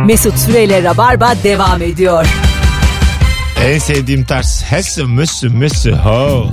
Mesut Süreyle Rabarba devam ediyor. En sevdiğim tarz. Hesse müssü ho.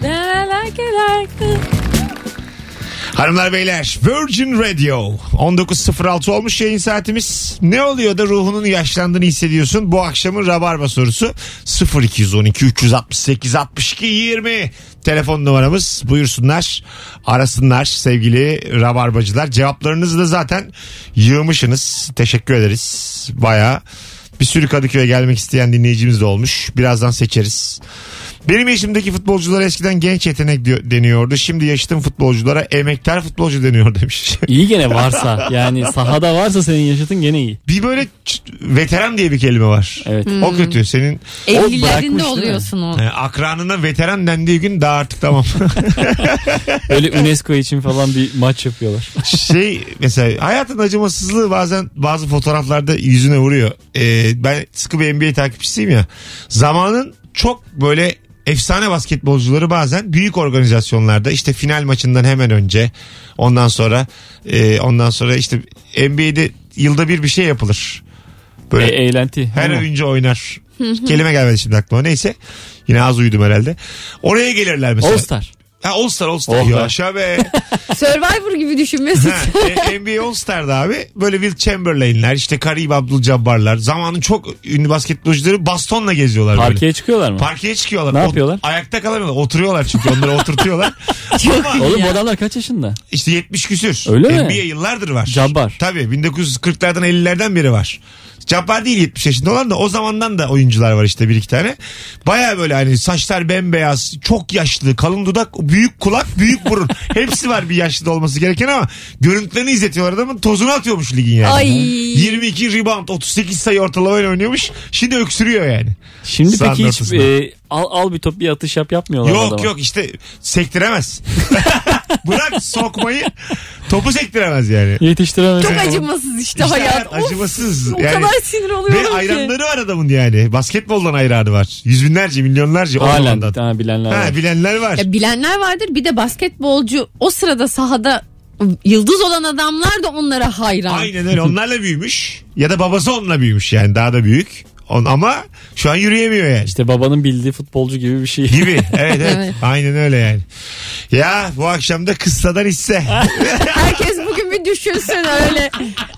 Hanımlar beyler, Virgin Radio 19.06 olmuş yayın saatimiz. Ne oluyor da ruhunun yaşlandığını hissediyorsun? Bu akşamın Rabarba sorusu 0212 368 62 20 telefon numaramız. Buyursunlar, arasınlar sevgili Rabarbacılar. Cevaplarınızı da zaten yığmışsınız. Teşekkür ederiz. Bayağı bir sürü Kadıköy'e gelmek isteyen dinleyicimiz de olmuş. Birazdan seçeriz. Benim yaşımdaki futbolculara eskiden genç yetenek deniyordu. Şimdi yaşıtım futbolculara emektar futbolcu deniyor demiş. İyi gene varsa, yani sahada varsa senin yaşıtın gene iyi. Bir böyle veteran diye bir kelime var. Evet. O kötü. Senin 50'lerinde oluyorsun o. akranına veteran dendiği gün daha artık tamam. Öyle UNESCO için falan bir maç yapıyorlar. Mesela hayatın acımasızlığı bazen bazı fotoğraflarda yüzüne vuruyor. Ben sıkı bir NBA takipçisiyim ya. Zamanın çok böyle efsane basketbolcuları bazen büyük organizasyonlarda, işte final maçından hemen önce, ondan sonra işte NBA'de yılda bir şey yapılır. Böyle eğlenti. her oyuncu oynar. Kelime gelmedi şimdi aklıma. Neyse. Yine az uyudum herhalde. Oraya gelirler mesela. All Star. All Star. Oh Yaşa be. Survivor gibi düşün Mesut. NBA All Star'da abi böyle Will Chamberlain'ler, işte Kareem Abdul-Jabbar'lar, zamanın çok ünlü basketbolcuları bastonla geziyorlar. Parkeye böyle. çıkıyorlar mı? Parkeye çıkıyorlar. Ne yapıyorlar? Ayakta kalamıyorlar. Oturuyorlar çünkü onları oturtuyorlar. Oğlum bu adamlar kaç yaşında? İşte 70 küsür. Öyle mi? NBA yıllardır var. Jabbar. Tabii 1940'lardan 50'lerden biri var. Jabbar değil 70 yaşında olan da, o zamandan da oyuncular var işte bir iki tane. Baya böyle hani saçlar bembeyaz, çok yaşlı, kalın dudak, büyük kulak, büyük burun. Hepsi var bir yaşlı olması gereken ama görüntülerini izletiyorlar, adamın tozunu atıyormuş ligin yani. Ay. 22 rebound, 38 sayı ortalamayla oynuyormuş. Şimdi öksürüyor yani. Şimdi Sağın peki hiç ortasında. al bir top bir atış yapmıyorlar adama. Yok işte sektiremez. Bırak sokmayı, topu sektiremez yani. Yetiştiremez. Çok acımasız işte hayat. Acımasız. O kadar sinir oluyorum ve ki. hayranları var adamın yani. Basketboldan hayranı var. Yüz binlerce, milyonlarca. Halen bilenler var. Bilenler var. Ya bilenler vardır. Bir de basketbolcu o sırada sahada yıldız olan adamlar da onlara hayran. Aynen öyle. Onlarla büyümüş. Ya da babası onunla büyümüş yani. Daha da büyük. Ama şu an yürüyemiyor yani. İşte babanın bildiği futbolcu gibi bir şey. Gibi. Evet. Evet. Aynen öyle yani. Ya bu akşam da kıssadan hisse. Herkes bugün bir düşünsün öyle.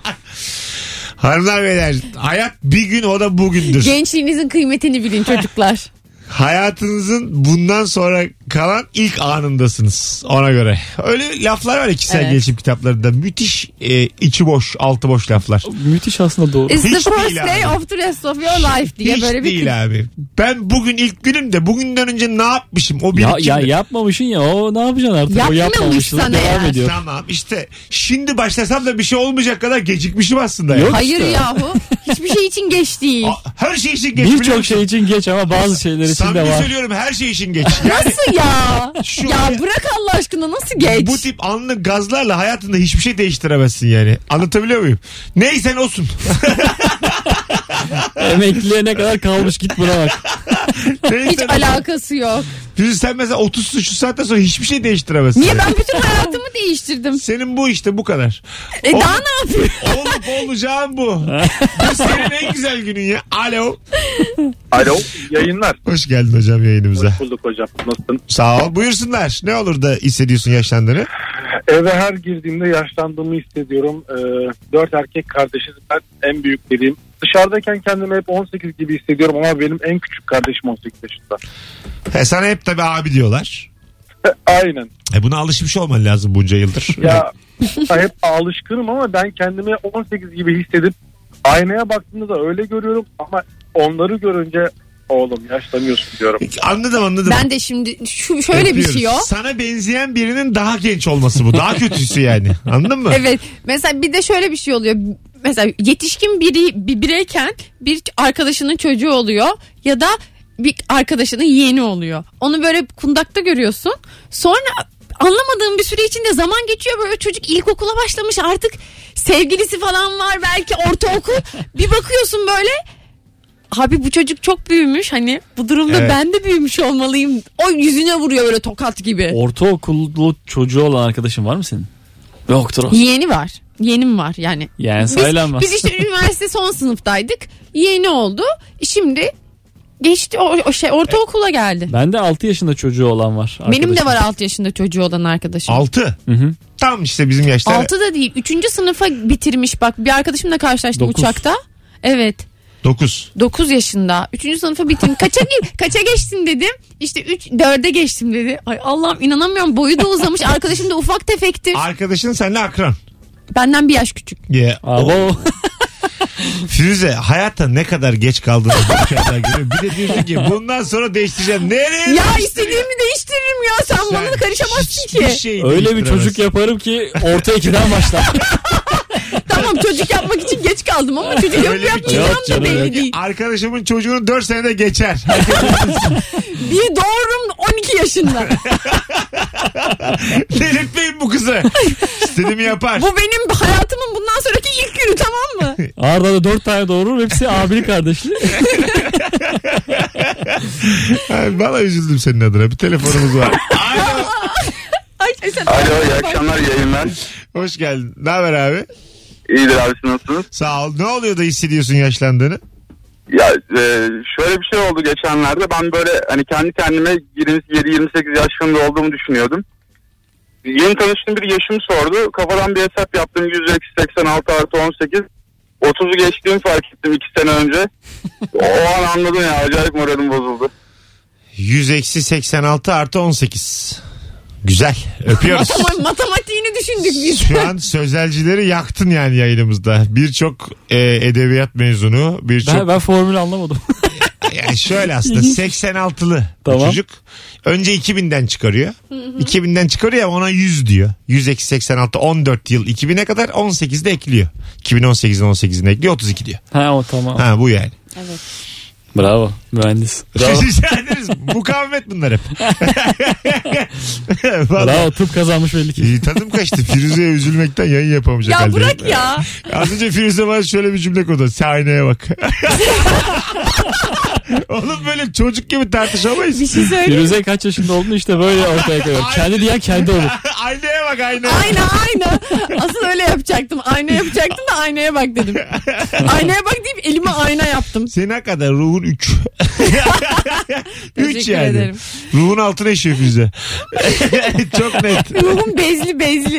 Hanımlar beyler, hayat bir gün, o da bugündür. Gençliğinizin kıymetini bilin çocuklar. Hayatınızın bundan sonra kalan ilk anındasınız ona göre. Öyle laflar var ya kişisel gelişim kitaplarında. Müthiş içi boş, altı boş laflar. Müthiş aslında doğru. It's the Hiç first değil day abi. of the rest of your life diye Hiç böyle bir değil abi. Ben bugün ilk günüm de bugünden önce ne yapmışım? O Ya birikimde. yapmamışsın ya, o ne yapacaksın artık? O Yapmamışsan yapmamışsın, devam eğer. ediyor. Tamam işte şimdi başlasam da bir şey olmayacak kadar gecikmişim aslında. Yok. Ya. Hayır işte. yahu. Hiçbir şey için geç değil. Her şey için geç. biliyor Birçok musun? şey için geç ama bazı şeyler için de Samimi var. söylüyorum, her şey için geç. Yani Nasıl ya? Şu Ya an- bırak Allah aşkına, nasıl geç? bu tip anlık gazlarla hayatında hiçbir şey değiştiremezsin yani. Anlatabiliyor muyum? Neysen olsun. Emekliliğe ne kadar kalmış, git buna bak. Hiç Neysen olsun. alakası yok. Çünkü sen mesela 30 şu saatten sonra hiçbir şey değiştiremezsin. Niye, yani. ben bütün hayatımı değiştirdim. Senin bu işte bu kadar. Daha ne yapayım? Olup olacağın bu. Bu senin en güzel günün ya. Alo. Alo, yayınlar. Hoş geldin hocam yayınımıza. Hoş bulduk hocam. Nasılsın? Sağ ol. Buyursunlar. Ne olur da hissediyorsun yaşlandığını? Eve her girdiğimde yaşlandığımı hissediyorum. 4 erkek kardeşiz. Ben en büyükleriyim. Dışarıdayken kendimi hep 18 gibi hissediyorum ama benim en küçük kardeşim 18 yaşında. Sana hep tabii abi diyorlar. Aynen. Buna alışmış olman lazım bunca yıldır. Ya hep alışkınım ama ben kendimi 18 gibi hissedip aynaya baktığımda da öyle görüyorum ama onları görünce oğlum yaşlanıyorsun diyorum. Anladım. Ben de şimdi şöyle bir şey Yapıyoruz. yok. Sana benzeyen birinin daha genç olması bu. Daha kötüsü yani. Anladın mı? Evet. Mesela bir de şöyle bir şey oluyor. Mesela yetişkin bir bireyken bir arkadaşının çocuğu oluyor ya da bir arkadaşının yeğeni oluyor. Onu böyle kundakta görüyorsun. Sonra anlamadığın bir süre içinde zaman geçiyor, böyle çocuk ilkokula başlamış, artık sevgilisi falan var, belki ortaokul. Bir bakıyorsun böyle, abi bu çocuk çok büyümüş, hani bu durumda Evet. ben de büyümüş olmalıyım. O yüzüne vuruyor böyle tokat gibi. Ortaokullu çocuğu olan arkadaşın var mı senin? Yoktur o. Yeğeni var. Yeğenim var yani. Yani sayılamaz. Biz işte üniversite son sınıftaydık. Yeğeni oldu. Şimdi geçti ortaokula geldi. Ben de 6 yaşında çocuğu olan var. Benim de var 6 yaşında çocuğu olan arkadaşım. 6. Hı. Tam işte bizim yaşlar. 6 da değil. 3. sınıfa bitirmiş bak. Bir arkadaşımla karşılaştım 9. uçakta. Evet. 9. 9 yaşında. 3. sınıfa bitirdim. Kaça geçtin dedim. İşte 4'e geçtim dedi. Ay Allah'ım inanamıyorum. Boyu da uzamış. Arkadaşım da ufak tefektir. Arkadaşın seninle akran. Benden bir yaş küçük. Yeah. Abo. Firuze hayatta ne kadar geç kaldığını bu uçaklar görüyor. Bir de diyorsun ki bundan sonra değiştireceğim. Nereye? Ya istediğimi değiştiririm ya. Sen bana da karışamazsın ki. Öyle bir çocuk yaparım ki orta 2'den başlar. Tamam çocuk yapmak için geç kaldım ama çocuk Öyle bir yapmayacağım yok da canım, belli yok. değil. Arkadaşımın çocuğunu 4 senede geçer. Bir doğurum 12 yaşında. Delirtmeyin bu kızı. İstediğimi yapar. Bu benim hayatımın bundan sonraki ilk günü, tamam mı? Arda da 4 tane doğurur. Hepsi abili kardeşli. Ay, valla üzüldüm senin adına. Bir telefonumuz var. Alo. Alo, iyi akşamlar, yayınlar. Hoş geldin. Ne haber abi? İyidir abi, siz nasılsınız? Sağ ol. Ne oluyor da hissediyorsun yaşlandığını? Ya şöyle bir şey oldu geçenlerde. Ben böyle hani kendi kendime 27-28 yaşlarında olduğumu düşünüyordum. Yeni tanıştığım bir yaşımı sordu. Kafadan bir hesap yaptım. 100-86+18. 30'u geçtiğimi fark ettim 2 sene önce. O an anladım ya, acayip moralim bozuldu. 100-86+18. Güzel. Öpüyoruz. Matematiğini düşündük biz. Şu an sözelcileri yaktın yani yayınımızda. Birçok edebiyat mezunu, birçok... Ben formülü anlamadım. Yani şöyle aslında 86'lı Tamam. çocuk. Önce 2000'den çıkarıyor. 2000'den çıkarıyor ama ona 100 diyor. 100-86 14 yıl 2000'e kadar 18'de ekliyor. 2018'in 18'ine ekliyor 32 diyor. Ha o tamam. Ha bu yani. Evet. Bravo mühendis. Bravo. Rica ederiz. Mukavemet bunlar hep. Vallahi. Bravo, tıp kazanmış belli ki. Tadım kaçtı. Firuze'ye üzülmekten yayın yapamayacak Ya haldeyim. bırak ya. Az önce Firuze bana şöyle bir cümle kurdu. Sen aynaya bak. Oğlum böyle çocuk gibi tartışamayız. Bir şey söyleyeyim. Firuze kaç yaşında olduğunu işte böyle ortaya koyuyor. Kendi diyen kendi olur. Aynaya bak aynaya. Ayna. Asıl öyle yapacaktım. Ayna yapacaktım da aynaya bak dedim. Aynaya bak deyip elime ayna yaptım. Senin kadar ruhun 3. 3 Teşekkür yani. ederim. Ruhun altına işiyor Firuze. Çok net. Ruhum bezli.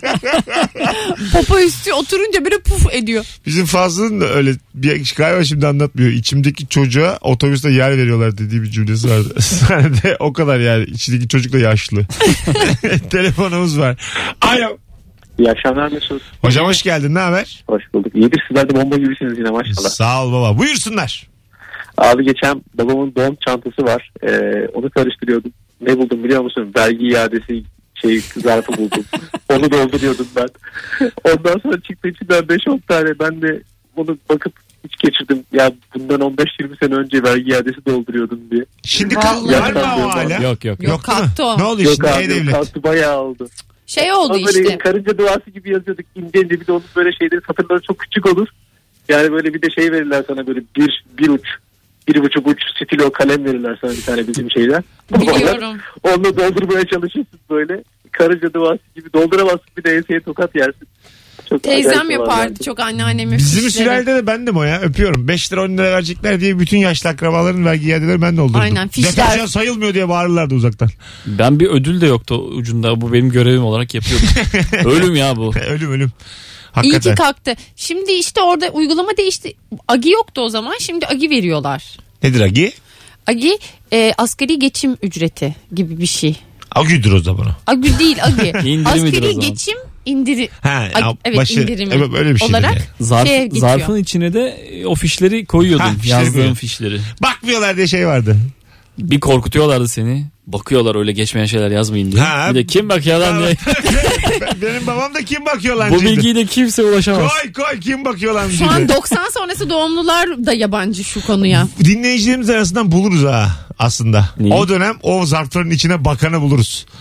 Popo üstü oturunca böyle puf ediyor. Bizim Fazlı'nın da öyle bir galiba şimdi anlatmıyor. İçimdeki çocuğa otobüste yer veriyorlar dediği bir cümlesi vardı. Sahnede o kadar yani. İçindeki çocuk da yaşlı. Telefonumuz var. Alo. İyi akşamlar Mesut. Hocam hoş geldin. Ne haber? Hoş bulduk. İyidir, sizler de bomba gibisiniz yine maşallah. Sağ ol baba. Buyursunlar. Abi geçen babamın doğum çantası var. Onu karıştırıyordum. Ne buldum biliyor musun? Vergi iadesi zarfı buldum. Onu dolduruyordum ben. Ondan sonra çıktı içinden 5-10 tane. Ben de onu bakıp hiç geçirdim. Ya bundan 15-20 sene önce vergi iadesi dolduruyordum diye. Şimdi Vallahi. var mı o hala? Yok. Yok değil mi? kalktı o. Ne oluyor Yok şimdi? abi, E-Devlet. kalktı bayağı oldu. Şey oldu Ama böyle işte. karınca duası gibi yazıyorduk. İnce ince, bir de onun böyle şeyleri, satırları çok küçük olur. Yani böyle bir de şey verirler sana, böyle bir uç, 1,5 uç stilo kalem verirler sana bir tane bizim şeyden. Biliyorum. Onunla doldurmaya çalışırsın böyle. Karınca duası gibi dolduramazsın, bir de enseye tokat yersin. Çok Teyzem acayip yapardı olaylardı. çok, anneannem Bizim yapmışları. sülalede de bendim o ya. Öpüyorum. 5 lira 10 lira verecekler diye bütün yaşlı akrabaların vergi iadeleri ben doldurdum. Aynen, fişler. Deterjan sayılmıyor diye bağırırlardı uzaktan. Ben bir ödül de yoktu ucunda. Bu benim görevim olarak yapıyordum. Ölüm ya bu. Ölüm. İyi Hakikaten. ki kalktı. Şimdi işte orada uygulama değişti. Agi yoktu o zaman. Şimdi Agi veriyorlar. Nedir Agi? Agi asgari geçim ücreti gibi bir şey. Agüdür o zaman. Agi değil Agi. İndirimidir o Asgari zaman. geçim indiri. Ha, Evet, indirimi öyle bir şey. olarak şeye gidiyor. Zarfın içine de o fişleri koyuyordum. Ha, fişleri Yazdığım koyuyordun. fişleri. Bakmıyorlar diye şey vardı. Bir korkutuyorlardı seni. Bakıyorlar öyle geçmeyen şeyler yazmayın diye. Ha. Bir de kim bakıyor lan diye. Benim babam da kim bakıyor lan? Bu bilgiyle kimse ulaşamaz. Koy kim bakıyor lan? Şu an 90 sonrası doğumlular da yabancı şu konuya. Dinleyicilerimiz arasından buluruz ha aslında. Niye? O dönem o zarfların içine bakanı buluruz.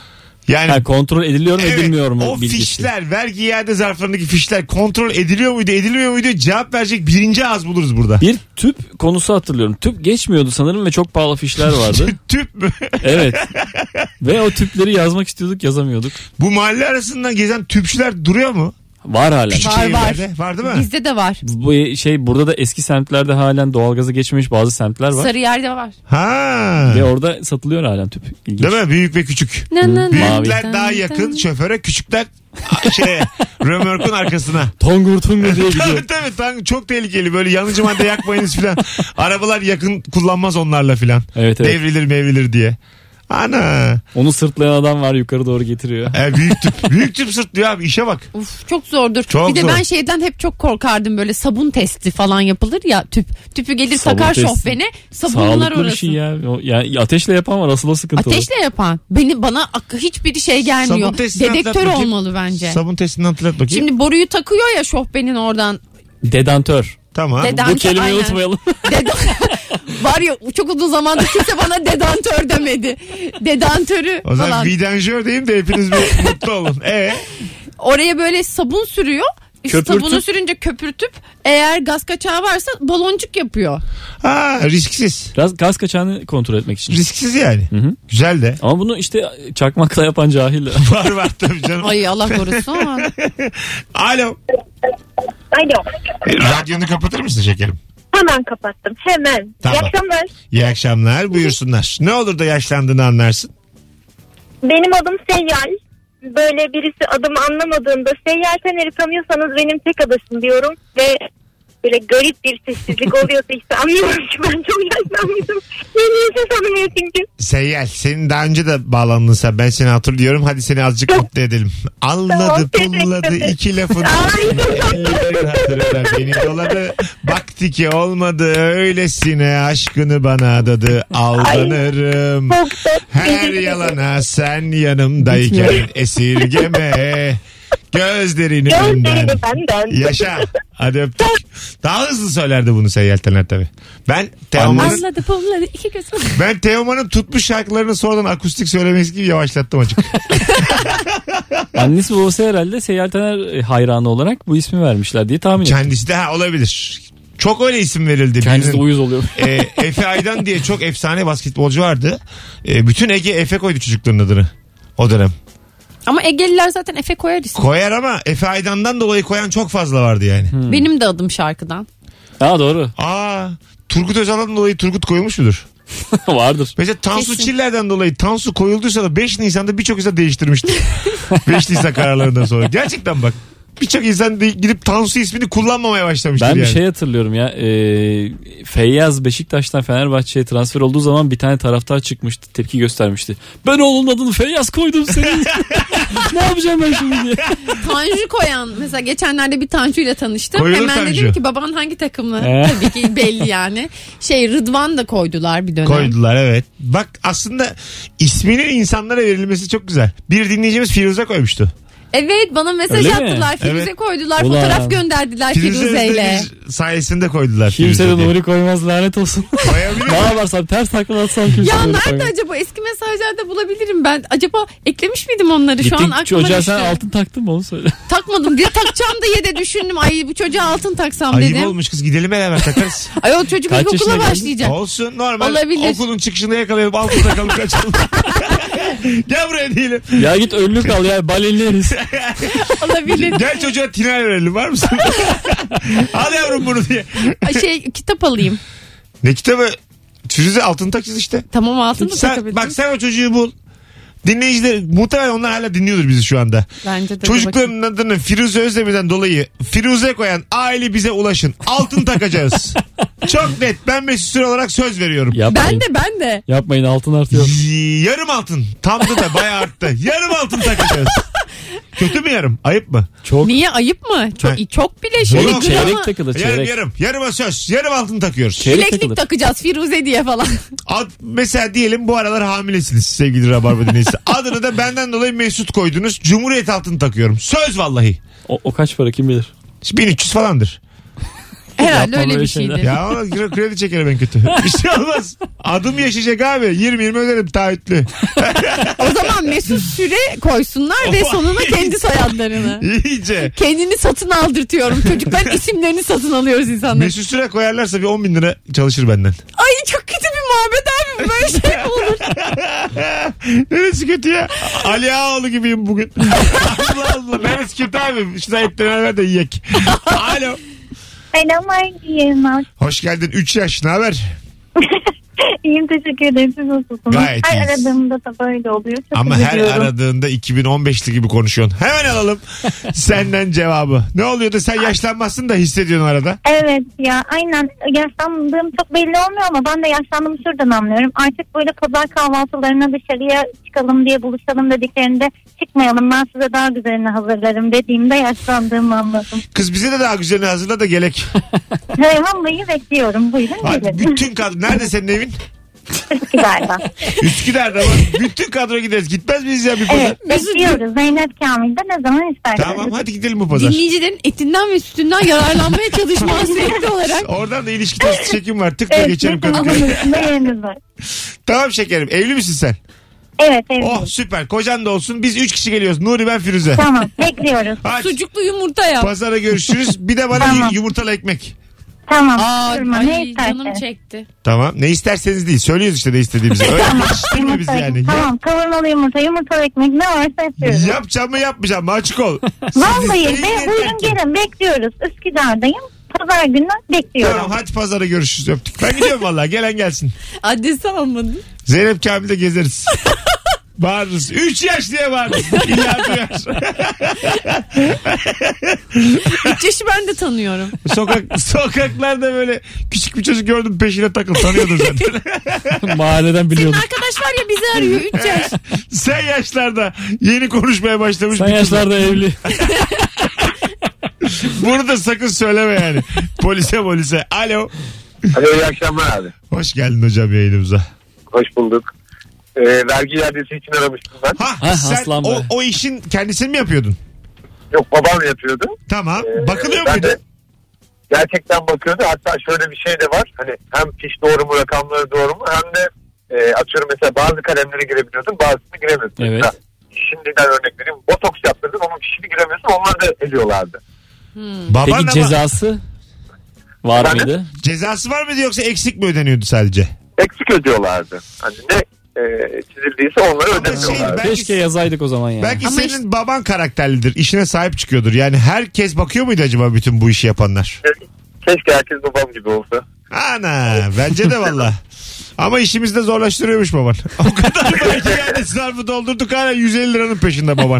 Yani Ha, kontrol ediliyor mu evet, edilmiyor mu o bilgisi. fişler, vergi iade zarflarındaki fişler kontrol ediliyor muydu edilmiyor muydu cevap verecek birinci ağız buluruz burada. Bir tüp konusu hatırlıyorum. Tüp geçmiyordu sanırım ve çok pahalı fişler vardı. Tüp mü? Evet. Ve o tüpleri yazmak istiyorduk, yazamıyorduk. Bu mahalle arasından gezen tüpçüler duruyor mu? Var hala. Küçük Var, şehirlerde. Var değil mi? Bizde de var. Bu burada da eski semtlerde halen doğalgaza geçmemiş bazı semtler var. Sarıyer'de var. Ha. Ve orada satılıyor halen tüp. İlginç. Değil mi? Büyük ve küçük. Mavi. Büyükler daha yakın şoföre, küçükler römorkun arkasına. Tongur tongur diye gidiyor. Tabii çok tehlikeli, böyle yanıcı madde yakmayınız filan. Arabalar yakın kullanmaz onlarla filan. Evet. Devrilir mevrilir diye. Ana. Onu sırtlayan adam var, yukarı doğru getiriyor. Büyük tüp. Büyük tüp sırtlıyor abi, işe bak. Uf, çok zordur. Çok bir de zor. ben şeyden hep çok korkardım, böyle sabun testi falan yapılır ya, tüpü gelir Sabun takar testi. şofbene, sabunlar Sağlıklı orası. bir şey ya. Yani ateşle yapan var, asıl o sıkıntılı. Ateşle yapan. Bana hiçbir şey gelmiyor. Sabun testini Dedektör hatırlat bakayım. olmalı bence. Sabun testini hatırlat bakayım. Şimdi boruyu takıyor ya şofbenin oradan. Dedantör. Tamam. Dedantör, Bu kelimeyi aynen. unutmayalım. Var ya, çok uzun zamandır kimse bana dedantör demedi. Dedantörü O zaman falan. vidanjör diyeyim de hepiniz bir mutlu olun. Oraya böyle sabun sürüyor. Köpürtüp. Sabunu sürünce köpürtüp, eğer gaz kaçağı varsa baloncuk yapıyor. Ha, risksiz. Gaz kaçağını kontrol etmek için. Risksiz yani. Hı. Güzel de. Ama bunu işte çakmakla yapan cahil. Var tabii canım. Ay Allah korusun. Alo. Alo. Radyonu kapatır mısın şekerim? Hemen kapattım. Hemen. Tamam. İyi akşamlar. İyi akşamlar, buyursunlar. Ne olur da yaşlandığını anlarsın? Benim adım Seyyal. Böyle birisi adımı anlamadığında Seyyal Taner'i tanıyorsanız benim tek adasım diyorum. Ve böyle garip bir sessizlik oluyorsa işte anlıyorum ki ben çok yaşlanmışım. Niye tanımıyor çünkü. Seyyal, senin daha önce de bağlandın sen. Ben seni hatırlıyorum. Hadi seni azıcık mutlu edelim. Anladı, Tamam, pulladı, teşekkür ederim. iki lafını. Hatırlar beni doladı. Baktı ki olmadı, öylesine aşkını bana adadı. Aldanırım. Çok da Her teşekkür ederim. yalana sen yanımdayken esirgeme. Gözlerini Gözlerini benden. benden. Yaşa. Hadi öptük. Daha hızlı söylerdi bunu Seyyal Taner tabii. Ben Teoman'ın Anladı bunları iki gözüm. Teoman'ın tutmuş şarkılarını sonradan akustik söylemesi gibi yavaşlattım açık. Annesi babası herhalde Seyyal Taner hayranı olarak bu ismi vermişler diye tahmin ediyorum. Kendisi de olabilir. Çok öyle isim verildi. Kendisi de Birinin, uyuz oluyor. Efe Aydan diye çok efsane basketbolcu vardı. Bütün Ege Efe koydu çocukların adını o dönem. Ama Egeliler zaten Efe koyar isim. Koyar ama Efe Aydan'dan dolayı koyan çok fazla vardı yani. Benim de adım şarkıdan. Ha doğru. Turgut Özal'dan dolayı Turgut koyulmuş mudur? Vardır. Mesela Tansu Kesin. Çiller'den dolayı Tansu koyulduysa da 5 Nisan'da birçok insan değiştirmişti. 5 Nisan kararlarından sonra. Gerçekten bak. Birçok insan gidip Tansu ismini kullanmamaya başlamıştır Ben yani. bir şey hatırlıyorum ya. Feyyaz Beşiktaş'tan Fenerbahçe'ye transfer olduğu zaman bir tane taraftar çıkmıştı. Tepki göstermişti. Ben oğlunun adını Feyyaz koydum senin. Ne yapacağım ben şimdi diye. Tanju koyan. Mesela geçenlerde bir Tanju ile tanıştım. Koyulur Hemen Tanju. dedim ki baban hangi takımlı? He. Tabii ki belli yani. Rıdvan da koydular bir dönem. Koydular evet. Bak aslında isminin insanlara verilmesi çok güzel. Bir dinleyicimiz Firuze koymuştu. Evet, bana mesaj Öyle mi? attılar. Firuze Evet. koydular. Ulan. Fotoğraf gönderdiler Firuze Firuze'yle. Özdemir sayesinde koydular. Kimse de Firuze diye. Nuri koymaz, lanet olsun. Koyabiliyor Ne mu? yaparsam ters takla atsam kimse Ya Nuri nerede koymaz. acaba? Eski mesajlarda bulabilirim ben. Acaba eklemiş miydim onları? Şu an Gittin aklıma çocuğa düştü. sen altın taktın mı onu söyle. Takmadım. Bir de takacağım diye de düşündüm. Ay bu çocuğa altın taksam Ayıp dedim. olmuş kız, gidelim beraber takarız. Ay o çocuk Kaç ilkokula yaşına geldin? başlayacak. Olsun normal. Olabilir. Okulun çıkışında yakalayıp altın takalım kaçalım. Gel buraya diyelim. Ya git önlük al ya, balinleriz. Olabilir. Gel çocuğa tiner verelim, var mısın? Al yavrum bunu diye. Kitap alayım. Ne kitabı? Firuze altın takacağız işte. Tamam, altın da Sen, takabilirim. bak sen o çocuğu bul. Dinleyiciler muhtemelen onlar hala dinliyordur bizi şu anda. Bence de. Bakayım. Çocukların adını Firuze Özdemir'den dolayı Firuze koyan aile bize ulaşın. Altın takacağız. Çok net. Ben Mesut Süre olarak söz veriyorum. Yapmayın. Ben de. Yapmayın, altın artıyor. Yarım altın. Tam da bayağı arttı. Yarım altın takacağız. Kötü mü yarım? Ayıp mı? Çok. Niye, ayıp mı? Ha. Çok bile Oğlum, gramı- Çeyrek takılır, Yarım çeyrek. yarım. Yarıma söz. Yarım altın takıyoruz. Çeyrek Bileklik takılır. takacağız Firuze diye falan. Mesela diyelim bu aralar hamilesiniz sevgili Rabarba dinleyicisi. Adını da benden dolayı Mesut koydunuz. Cumhuriyet altın takıyorum. Söz vallahi. O kaç para kim bilir. 1300 falandır. Herhalde Yapma öyle böyle bir şeyler. şeydir. Ya ona kredi çekerim en kötü. Bir şey olmaz. Adım yaşayacak abi. 20-20 öderim taahhütlü. O zaman Mesut Süre koysunlar ve sonuna kendi soyadlarını. İyice. Kendini satın aldırtıyorum. Çocukların isimlerini satın alıyoruz insanlar. Mesut Süre koyarlarsa bir 10 bin lira çalışır benden. Ay çok kötü bir muhabbet abi. Böyle şey mi olur? Neresi kötü ya? Ali Ağaoğlu gibiyim bugün. Allah Allah. Neresi kötü abi? Şuna etten ver de yiyek. Alo. Selam. Hoş geldin. 3 yaş. Ne haber? İyiyim, teşekkür ederim. Siz nasılsınız? Gayet Her iyiyiz. aradığımda da böyle oluyor. Çok Ama her üzülüyorum. aradığında 2015'li gibi konuşuyorsun. Hemen alalım senden cevabı. Ne oluyor da sen yaşlanmazsın da hissediyorsun arada. Evet ya, aynen yaşlandığım çok belli olmuyor ama ben de yaşlandığımı şuradan anlıyorum. Artık böyle pazar kahvaltılarına dışarıya çıkalım diye buluşalım dediklerinde çıkmayalım, ben size daha güzelini hazırlarım dediğimde yaşlandığımı anladım. Kız bize de daha güzelini hazırla da gelek. Hey, vallahi bekliyorum, buyurun Hadi gelin. bütün kadro. Nerede senin evin? Üsküdar'da. Üsküdar'da var. Bütün kadro gideriz. Gitmez miyiz ya bir pazar? Evet, bekliyoruz. Zeynep Kamil'de ne zaman isterseniz. Tamam hadi gidelim bu pazar. Dinleyicilerin etinden ve sütünden yararlanmaya çalışması sürekli olarak. Oradan da ilişki testi çekim var. Tıkla Evet, geçelim kesin Kadıköy'e. onun üstünde yeriniz var. Tamam şekerim. Evli misin sen? Evet, evet. Oh süper. Kocan da olsun. Biz 3 kişi geliyoruz. Nuri, ben, Firuze. Tamam, bekliyoruz. Hadi. Sucuklu yumurta yap. Pazara görüşürüz. Bir de bana Tamam. yumurtalı ekmek. Tamam. Aa, Durma, ne ay, istersen. canım çekti. Tamam. Ne isterseniz değil. Söylüyoruz işte ne istediğimizi. Öyle yetiştirme biz yani. Tamam, kavurmalı yumurta, yumurtalı ekmek ne varsa yapıyoruz. Yapacağım mı yapmayacağım mı? Açık ol. Vallahi Siz isteyin buyurun yeter ki. gelin, bekliyoruz. Üsküdar'dayım. Pazar günü bekliyorum. Tamam hadi pazara görüşürüz, öptük. Ben gidiyorum vallahi, gelen gelsin. Adresi almadın. Zeynep Kamil'de gezeriz. Bağırırız. 3 yaş diye bağırırız. İlla duyar. 3 yaşı ben de tanıyorum. Sokaklarda böyle küçük bir çocuk gördüm, peşine takıl. Tanıyordur zaten. Mahalleden biliyordum. Arkadaş var ya, bizi arıyor 3 yaş. Sen yaşlarda yeni konuşmaya başlamış. Sen bir kız. yaşlarda evli. Bunu da sakın söyleme yani. Polise. Alo. Alo, iyi akşamlar abi. Hoş geldin hocam yayınımıza. Hoş bulduk. Vergi iadesi için aramıştım ben. Ha, sen aslan be. o işin kendisini mi yapıyordun? Yok, babam yapıyordu. Tamam. Bakılıyor Ben muydu? de gerçekten bakıyordu. Hatta şöyle bir şey de var. Hani hem fiş doğru mu, rakamları doğru mu, hem de atıyorum mesela bazı kalemlere girebiliyordun, bazısını giremiyordun. Evet. Mesela şimdiden örnek vereyim. Botoks yaptırdın, onun fişini giremiyorsun. Onları da ediyorlardı. Baban Peki ama cezası var Efendim? mıydı? cezası var mıydı yoksa eksik mi ödeniyordu sadece? Eksik ödüyorlardı. Hani ne çizildiyse onları ödemiyorlardı. Belki- Keşke yazaydık o zaman yani. Belki Ama senin baban karakterlidir. İşine sahip çıkıyordur. Yani herkes bakıyor muydu acaba bütün bu işi yapanlar? Keşke herkes babam gibi olsa. Ana bence de valla. Ama işimizi de zorlaştırıyormuş baban. O kadar belki yani sarfı doldurduk, hala 150 liranın peşinde baban.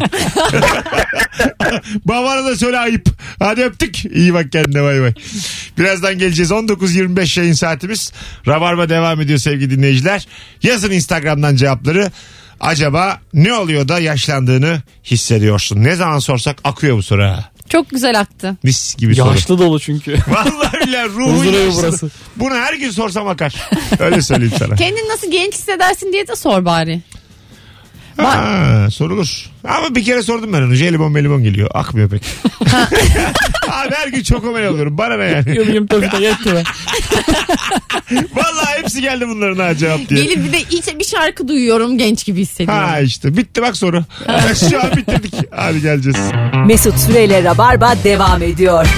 Babana da söyle, ayıp. Hadi öptük. İyi bak kendine, bay bay. Birazdan geleceğiz. 19.25 yayın saatimiz. Rabarba devam ediyor sevgili dinleyiciler. Yazın Instagram'dan cevapları. Acaba ne oluyor da yaşlandığını hissediyorsun? Ne zaman sorsak akıyor bu soru ha. Çok güzel aktı. Mis gibi soru. Yaşlı dolu çünkü. Vallahi billahi ruhun Huzur evi yaşlı. burası. Bunu her gün sorsam akar. Öyle söyleyeyim sana. Kendini nasıl genç hissedersin diye de sor bari. Ha, sorulur. Ama bir kere sordum ben onu. Jelibon geliyor. Akmıyor pek. Abi her gün çok omel alıyorum. Bana ne yani? Yum tabii yetti be. Vallahi hepsi geldi bunların ha cevap diye. Gelip bir de içe bir şarkı duyuyorum, genç gibi hissediyorum. Ha işte bitti bak soru. Şu an bitirdik. Hadi geleceğiz. Mesut Süreyle Rabarba devam ediyor.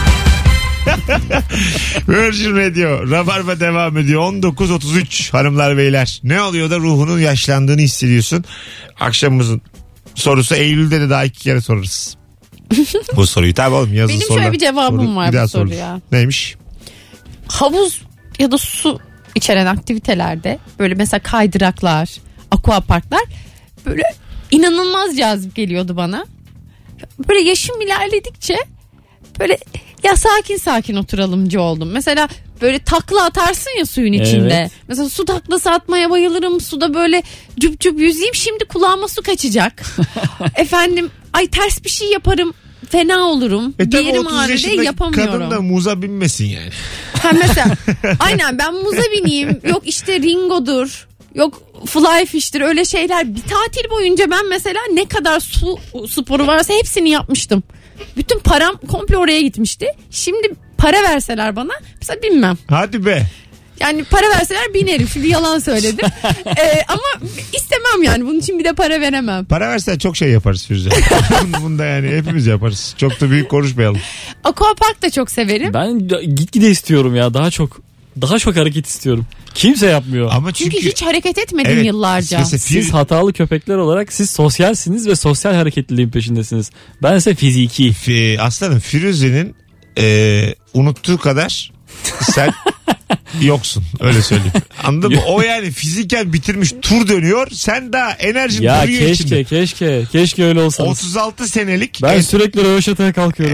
Virgin Radio Rabarba devam ediyor. 19.33 hanımlar beyler. Ne oluyor da ruhunun yaşlandığını hissediyorsun? Akşamımızın sorusu, Eylül'de de daha 2 kere sorarız. Bu soruyu tabii oğlum yazın Benim sorular. şöyle bir cevabım var bir daha bu sorulur. soruya. Neymiş? Havuz ya da su içeren aktivitelerde böyle mesela kaydıraklar, aquaparklar böyle inanılmaz cazip geliyordu bana. Böyle yaşım ilerledikçe böyle ya sakin sakin oturalımcı oldum. Mesela böyle takla atarsın ya suyun içinde. Evet. Mesela su taklası atmaya bayılırım. Suda böyle cüp cüp yüzeyim. Şimdi kulağıma su kaçacak. Efendim ay ters bir şey yaparım. Fena olurum. Bir Tabii yerim 30 ağrıdı, yaşındaki yapamıyorum. kadın da muza binmesin yani. Ha mesela aynen ben muza bineyim, yok işte Ringo'dur, yok fly fish'tir, öyle şeyler. Bir tatil boyunca ben mesela ne kadar su sporu varsa hepsini yapmıştım. Bütün param komple oraya gitmişti. Şimdi para verseler bana mesela binmem. Hadi be. Yani para verseler binerim. Şimdi yalan söyledim. Ama istemem yani. Bunun için bir de para veremem. Para versen çok şey yaparız Firuze. Bunda yani hepimiz yaparız. Çok da büyük konuşmayalım. Aquapark da çok severim. Ben gitgide istiyorum ya, daha çok hareket istiyorum. Kimse yapmıyor. Ama Çünkü hiç hareket etmedim yıllarca. Mesela Siz hatalı köpekler olarak siz sosyalsiniz ve sosyal hareketliliğin peşindesiniz. Ben ise fiziki. Aslanım Firuze'nin unuttuğu kadar sen yoksun, öyle söyleyeyim. Anladın mı? O yani fiziken bitirmiş, tur dönüyor. Sen daha enerjin Ya duruyor içinde. keşke öyle olsanız. 36 senelik. Ben sürekli röveşataya kalkıyorum.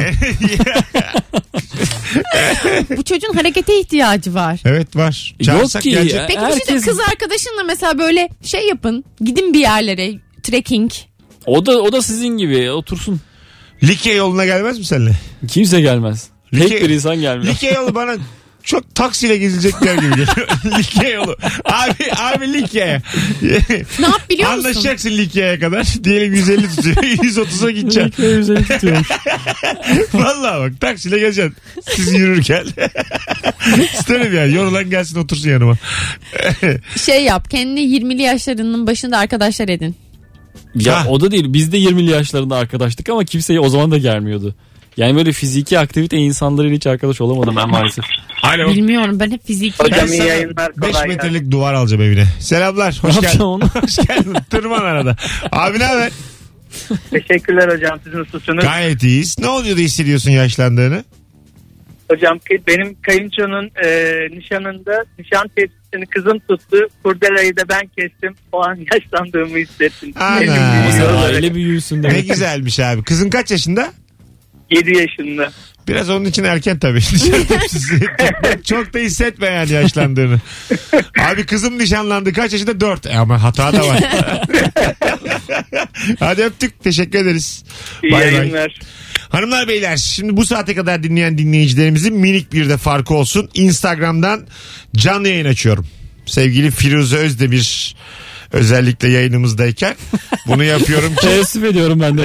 Bu çocuğun harekete ihtiyacı var. Evet var. Yok Çağırsak ki. gelecek. Peki bir şey de kız arkadaşınla mesela böyle şey yapın. Gidin bir yerlere. Trekking. O da sizin gibi otursun. Likya yoluna gelmez mi seninle? Kimse gelmez. Likya- Tek bir insan gelmiyor. Likya yolu bana çok taksiyle gezilecek bir yer gibi geliyor. Likya yolu. Abi Likya'ya. Ne yap biliyor musun? Anlaşacaksın Likya'ya kadar. Diyelim 150 tutuyor. 130'a gideceksin. Likya yüzeyi tutuyormuş. Vallahi bak taksiyle gezeceksin. Siz yürürken. İsterim yani. Yorulan gelsin otursun yanıma. Şey yap. Kendine 20'li yaşlarının başında arkadaşlar edin. Ya Ha. o da değil. Biz de 20'li yaşlarında arkadaştık ama kimseye o zaman da gelmiyordu. Yani böyle fiziki aktivite insanlarıyla hiç arkadaş olamadım ben maalesef. Alo. Bilmiyorum ben hep fiziki. Hocam Ben iyi sana yayınlar. 5 Kolay metrelik duvar alacağım evine. Selamlar. Ne Hoş geldin. yapacaksın onu? Hoş geldin. Tırman arada. Abi ne haber? Teşekkürler hocam, siz nasılsınız? Gayet iyiyiz. Ne oluyor da hissediyorsun yaşlandığını? Hocam benim kayınçonun nişanında nişan tepsisini kızım tuttu. Kurdelayı da ben kestim. O an yaşlandığımı hissettim. Ana. Elim büyüyor olarak. Aile büyüsün Ne demek. güzelmiş abi. Kızın kaç yaşında? 7 yaşında. Biraz onun için erken tabii. Çok da hissetme yani yaşlandığını. Abi kızım nişanlandı. Kaç yaşında? 4. Ama hata da var. Hadi öptük. Teşekkür ederiz. İyi Bay bay. yayınlar. Hanımlar beyler, şimdi bu saate kadar dinleyen dinleyicilerimizin minik bir de farkı olsun. Instagram'dan canlı yayın açıyorum. Sevgili Firuze Özdemir özellikle yayınımızdayken bunu yapıyorum ki. Teessüf ediyorum ben de.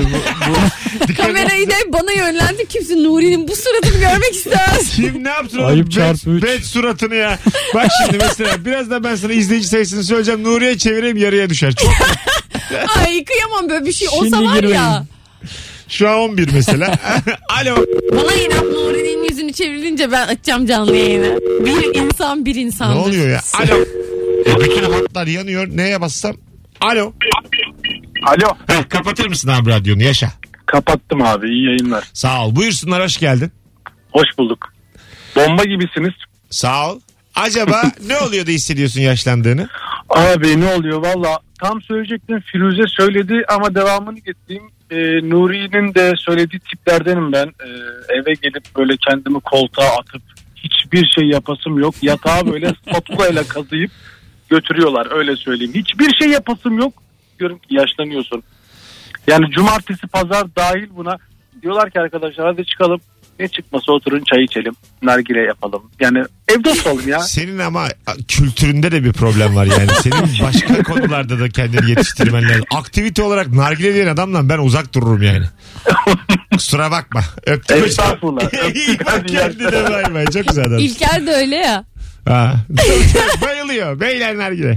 Kamerayı da bana yönlendi. Kimse Nuri'nin bu suratını görmek istemez. Kim ne yaptın Ayıp oğlum? çarpı üç. Bet suratını ya. Bak şimdi mesela birazdan ben sana izleyici sayısını söyleyeceğim. Nuri'ye çevireyim, yarıya düşer. Çok... Ay kıyamam, böyle bir şey olsa Şimdi var girmeyin. ya. Şu an 11 mesela. Alo. Bana inat Nuri'nin yüzünü çevrilince ben açacağım canlı yayını. Bir insan bir Ne insandır. oluyor ya? Alo. Bütün hatlar yanıyor. Neye bassam? Alo. Alo. Heh, kapatır mısın abi radyonu? Yaşa. Kapattım abi, iyi yayınlar. Sağ ol. Buyursunlar, hoş geldin. Hoş bulduk. Bomba gibisiniz. Sağ ol. Acaba ne oluyor da hissediyorsun yaşlandığını? Abi ne oluyor valla, tam söyleyecektim, Firuze söyledi ama devamını getireyim. Nuri'nin de söylediği tiplerdenim ben. Eve gelip böyle kendimi koltuğa atıp hiçbir şey yapasım yok. Yatağı böyle spatula ile kazıyıp götürüyorlar, öyle söyleyeyim. Hiçbir şey yapasım yok. Diyorum ki yaşlanıyorsun. Yani cumartesi pazar dahil buna. Diyorlar ki arkadaşlar hadi çıkalım. Ne çıkması, oturun çay içelim, nargile yapalım. Yani evde oturalım ya. Senin ama kültüründe de bir problem var yani. Senin başka konularda da kendini yetiştirmen lazım. Aktivite olarak nargile diyen adamla ben uzak dururum yani. Kusura bakma. Öptük. Estağfurullah. İyi Öptük, bak hadi kendine, bay bay. Çok güzel adam. İlker de öyle ya. Ha. Bayılıyor. Beyler nargile.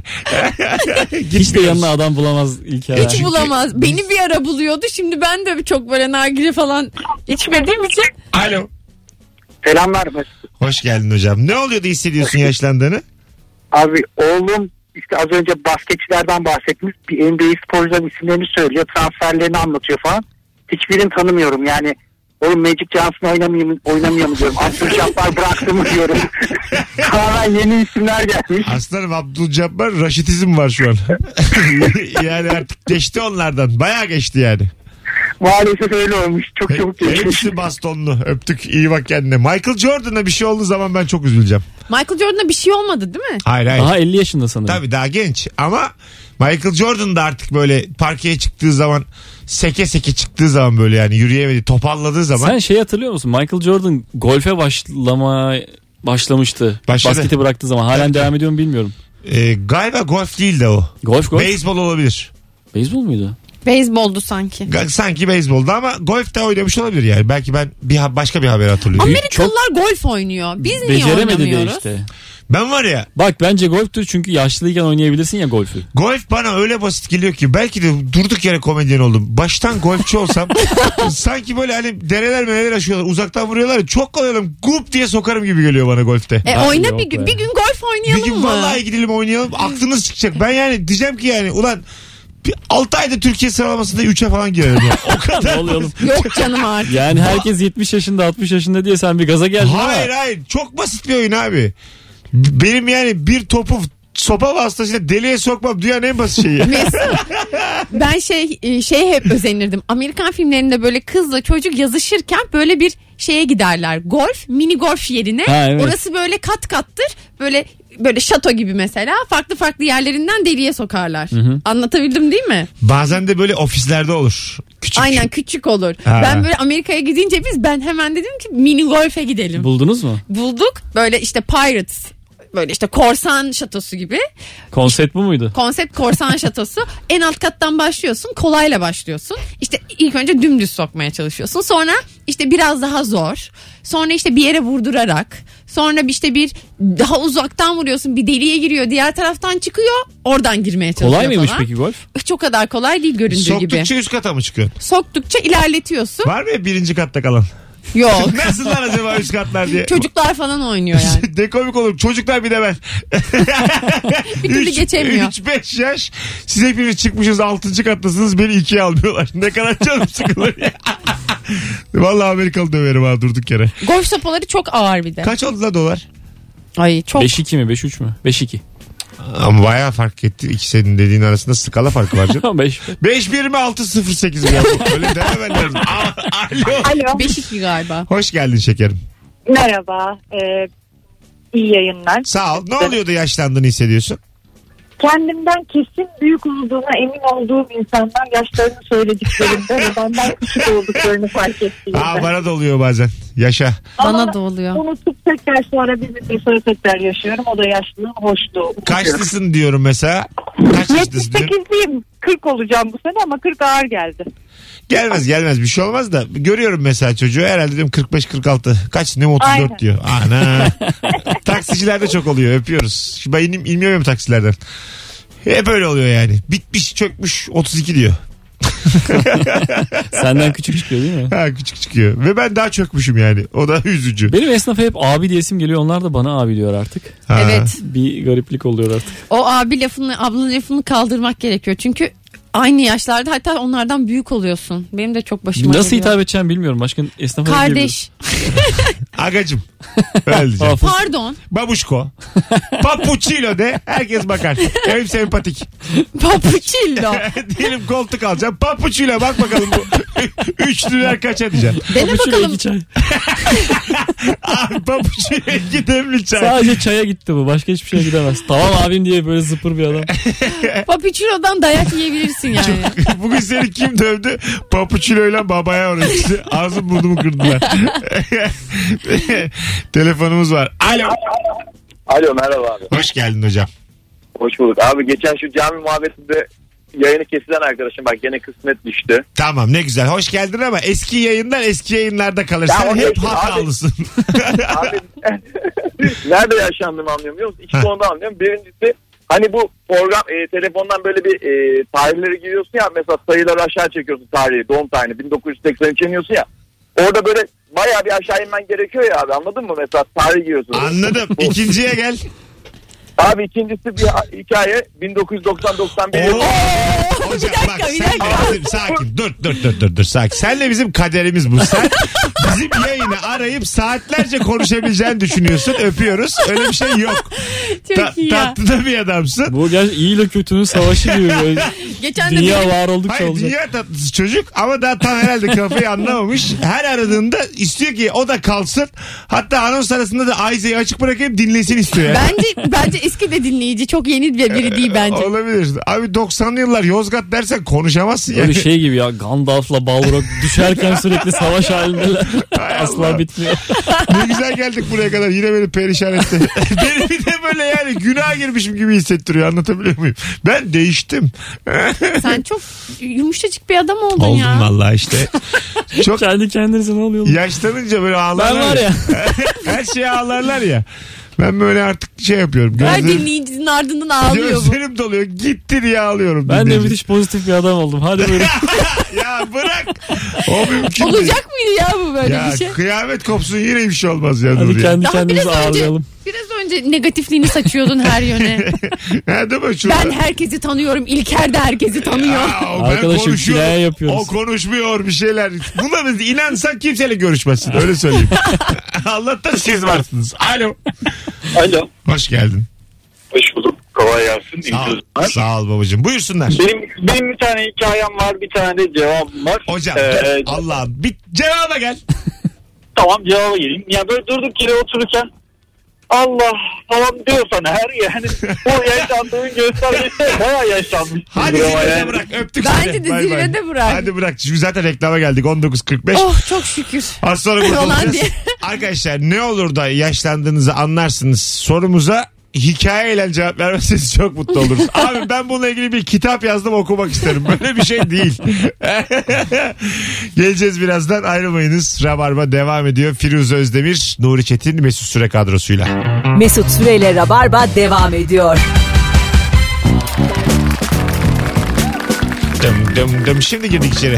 Hiç de yanına adam bulamaz İlker. Hiç bulamaz. Beni bir ara buluyordu. Şimdi ben de çok böyle nargile falan içmediğim için. Alo. Selamlar. Hoş geldin hocam. Ne oluyor da hissediyorsun yaşlandığını? Abi oğlum işte az önce basketçilerden bahsetmiş. Bir NBA sporcuların isimlerini söylüyor. Transferlerini anlatıyor falan. Hiçbirini tanımıyorum yani. Oğlum Magic Johnson oynamıyor mu diyorum. Abdülcabbar bıraktı mı diyorum. Tamamen yeni isimler gelmiş. Aslanım Abdülcabbar raşitizm var şu an. Yani artık geçti onlardan. Bayağı geçti yani. Maalesef öyle olmuş. Çok çabuk geçmiş. Hepsi bastonlu. Öptük. İyi bak kendine. Michael Jordan'a bir şey olduğu zaman ben çok üzüleceğim. Michael Jordan'a bir şey olmadı değil mi? Hayır. Daha 50 yaşında sanırım. Tabii daha genç ama Michael Jordan da artık böyle parkeye çıktığı zaman seke çıktığı zaman böyle yani yürüyemedi, topalladığı zaman. Sen şey hatırlıyor musun? Michael Jordan golfe başlamıştı. Başladı. Basketi bıraktığı zaman. Halen devam ediyor mu bilmiyorum. Galiba golf değil de o. Golf. Beyzbol olabilir. Beyzbol muydu? Beyzboldu sanki. Sanki beyzbolda ama golf de oynamış olabilir yani. Belki ben başka bir haber hatırlıyorum. Amerikalılar golf oynuyor. Biz niye Beceremedi de oynamıyoruz? işte. Ben var ya. Bak bence golftür çünkü yaşlıyken oynayabilirsin ya golfü. Golf bana öyle basit geliyor ki belki de durduk yere komedyen oldum. Baştan golfçü olsam sanki böyle hani dereler aşıyorlar, uzaktan vuruyorlar ya, çok kolay oğlum, gup diye sokarım gibi geliyor bana golfte. Oyna yok bir gün. be. Bir gün golf oynayalım Bir gün mı? vallahi gidelim oynayalım, aklınız çıkacak. Ben yani diyeceğim ki yani ulan 6 ayda Türkiye sıralamasında 3'e falan girerim. Ya. O kadar. Ne oluyor oğlum? Yok canım artık. Yani herkes 70 yaşında 60 yaşında diye sen bir gaza geldin Hayır çok basit bir oyun abi. Benim yani bir topu sopa vasıtasıyla deliğe sokmam dünyanın en basit şeyi. Mesut, ben hep özenirdim. Amerikan filmlerinde böyle kızla çocuk yazışırken böyle bir şeye giderler. Mini golf yerine. Ha, evet. Orası böyle kat kattır. Böyle şato gibi mesela. Farklı yerlerinden deliğe sokarlar. Anlatabildim değil mi? Bazen de böyle ofislerde olur. Küçük. Aynen, küçük olur. Ha. Ben böyle Amerika'ya gidince ben hemen dedim ki mini golfe gidelim. Buldunuz mu? Bulduk. Böyle işte Pirates. Böyle işte korsan şatosu gibi. Konsept bu muydu? Konsept korsan şatosu. En alt kattan başlıyorsun. Kolayla başlıyorsun. İşte ilk önce dümdüz sokmaya çalışıyorsun. Sonra işte biraz daha zor. Sonra işte bir yere vurdurarak. Sonra işte bir daha uzaktan vuruyorsun. Bir deliğe giriyor. Diğer taraftan çıkıyor. Oradan girmeye çalışıyor Kolay mıymış falan. peki golf? Çok kadar kolay değil göründüğü gibi. Soktukça üst kata mı çıkıyorsun? Soktukça ilerletiyorsun. Var mı ya birinci katta kalan? Yok. Nasıl lan acaba üst katlar diye? Çocuklar falan oynuyor yani. Ne komik olur. Çocuklar bir de ben. Bir türlü geçemiyor. 3-5 yaş. Siz hepiniz çıkmışsınız 6. kattasınız. Beni 2'ye almıyorlar. Ne kadar canım sıkılır ya. Vallahi Amerikalı döverim ha durduk yere. Golf sopaları çok ağır bir de. Kaç oldu da dolar? Ay çok. 5-2 mi 5-3 mü? 5-2. Ama bayağı fark etti. İkisinin dediğin arasında skala farkı var canım. 5. 5-1 mi 6-0-8 mi? Öyle dememen lazım. Alo. Alo. 5-2 galiba. Hoş geldin şekerim. Merhaba. İyi yayınlar. Sağ ol. Ne oluyordu yaşlandığını hissediyorsun? Kendimden kesin büyük olduğuna emin olduğum insanlar yaşlarını söylediklerinde ve benden küçük olduklarını fark ettiğimde. Bana da oluyor bazen. Yaşa. Bana da oluyor. Unutup tekrar sonra bir müddet sonra tekrar yaşıyorum. O da yaşlılığın hoşluğu. Kaçlısın diyorum mesela. Kaç yaşlısın diyorum. 78'liyim. 40 olacağım bu sene ama 40 ağır geldi. Gelmez bir şey olmaz da görüyorum mesela çocuğu herhalde diyorum 45-46 kaç ne 34 Aynen. diyor. Ana. Taksicilerde çok oluyor öpüyoruz. Ben inmiyorum taksilerden. Hep öyle oluyor yani. Bitmiş çökmüş 32 diyor. Senden küçük çıkıyor değil mi? Ha küçük çıkıyor. Ve ben daha çökmüşüm yani. O da üzücü. Benim esnafa hep abi diyesim geliyor. Onlar da bana abi diyor artık. Ha. Evet. Bir gariplik oluyor artık. O abi lafını, abla lafını kaldırmak gerekiyor. Çünkü aynı yaşlarda hatta onlardan büyük oluyorsun. Benim de çok başıma Nasıl geliyor. hitap edeceğim bilmiyorum. Başka esnafa Kardeş. Agacım. Öyle diyeceğim. Hafız. Pardon. Babuşko. Papuçino de herkes bakar. Hem sempatik. Papuçillo. Diyelim koltuk alacağım. Papuçino bak bakalım bu. Üçlüler kaça diyeceğim. Dene bakalım. 2 çay. Abi papuçino 2 demli çay. Sadece çaya gitti bu. Başka hiçbir şeye gidemez. Tamam abim diye böyle zıpır bir adam. Papuçillo'dan dayak yiyebilirsin yani. Bugün seni kim dövdü? Papuçino ile babaya orası. Ağzım burnumu kırdılar. Telefonumuz var. Alo. Alo merhaba abi. Hoş geldin hocam. Hoş bulduk. Abi geçen şu cami muhabbetinde yayını kesilen arkadaşım bak gene kısmet düştü. Tamam ne güzel. Hoş geldin ama eski yayınlar eski yayınlarda kalır. Ya Sen onu hep geçtim abi. hatalısın. Abi nerede yaşandığımı anlıyorum biliyor musun? İki konuda anlıyorum. Birincisi hani bu program telefondan böyle bir tarihleri giriyorsun ya, mesela sayıları aşağı çekiyorsun, tarihi doğum tarihini 1983 iniyorsun ya. Orada böyle bayağı bir aşağı inmen gerekiyor ya abi, anladın mı? Mesela tarih giriyorsun. Anladım. İkinciye gel. Abi ikincisi bir hikaye 1990-91. Hocam bak bir sen bizim sakin dur sakin. Senle bizim kaderimiz bu. Sen bizim yayını arayıp saatlerce konuşabileceğini düşünüyorsun. Öpüyoruz. Öyle bir şey yok. Çok iyi ya. Tatlı da bir adamsın. Bu gerçi iyi ile kötünün savaşı gibi böyle. Geçen de Dünya benim- var oldukça Hayır olacak. dünya tatlısı çocuk ama daha tam herhalde kafayı anlamamış. Her aradığında istiyor ki o da kalsın. Hatta anons arasında da Ayze'yi açık bırakıp dinlesin istiyor. Yani. Bence eski de dinleyici, çok yeni biri değil bence. Olabilir. Abi 90'lı yıllar Yozgat dersen konuşamazsın yani. Öyle şey gibi ya, Gandalf'la Balrog düşerken sürekli savaş halindeler. Hay Asla Allah. bitmiyor. Ne güzel geldik buraya kadar. Yine beni perişan etti. Beni bir de böyle yani günaha girmişim gibi hissettiriyor. Anlatabiliyor muyum? Ben değiştim. Sen çok yumuşacık bir adam oldun Oldum ya. vallahi işte. Çok Kendi kendinize ne oluyor? yaşlanınca böyle ağlarlar. Ben var ya. Her şeye ağlarlar ya. Ben böyle artık şey yapıyorum. Her dinleyicinin ardından ağlıyor bu. Gözlerim doluyor. Gitti diye ağlıyorum. Ben de dinleyici. müthiş pozitif bir adam oldum. Hadi böyle. Ya bırak. O mümkün değil. Olacak mıydı ya bu böyle Ya bir şey? kıyamet kopsun yine bir şey olmaz ya. Hadi Nuriye. kendi Daha kendimize ağlayalım. biraz önce negatifliğini saçıyordun her yöne. Ha, değil mi? Şurada. Ben herkesi tanıyorum. İlker de herkesi tanıyor. Aa, ben Arkadaşım, konuşuyorum. kinaya yapıyoruz. O konuşmuyor bir şeyler. Buna biz inansak kimseyle görüşmezsin. Öyle söyleyeyim. Allah'tan siz varsınız. Alo. Alo. Hoş geldin. Hoş bulduk. Kolay gelsin. Sağ ol babacığım. Buyursunlar. Benim bir tane hikayem var, bir tane de cevabım var. Hocam Allah bir cevaba gel. Tamam, cevaba geleyim. Ya böyle durduk yere otururken Allah falan diyorsan her yani o yaşandığın göstergesi bayağı yaşanmış. Hadi zirvede bırak. Öptük Bence seni. de Bay bay. zirvede bırak. Hadi bırak. Çünkü zaten reklama geldik. 19.45. Oh çok şükür. Az sonra Falan kurtulacağız. diye. Arkadaşlar ne olur da yaşlandığınızı anlarsınız sorumuza hikayeyle cevap vermezseniz çok mutlu oluruz. Abi ben bununla ilgili bir kitap yazdım, okumak isterim. Böyle bir şey değil. Geleceğiz birazdan, ayrılmayınız. Rabarba devam ediyor. Firuze Özdemir, Nuri Çetin, Mesut Süre kadrosuyla. Mesut Süreyle Rabarba devam ediyor. Dım dım dım. Şimdi girdik içeri.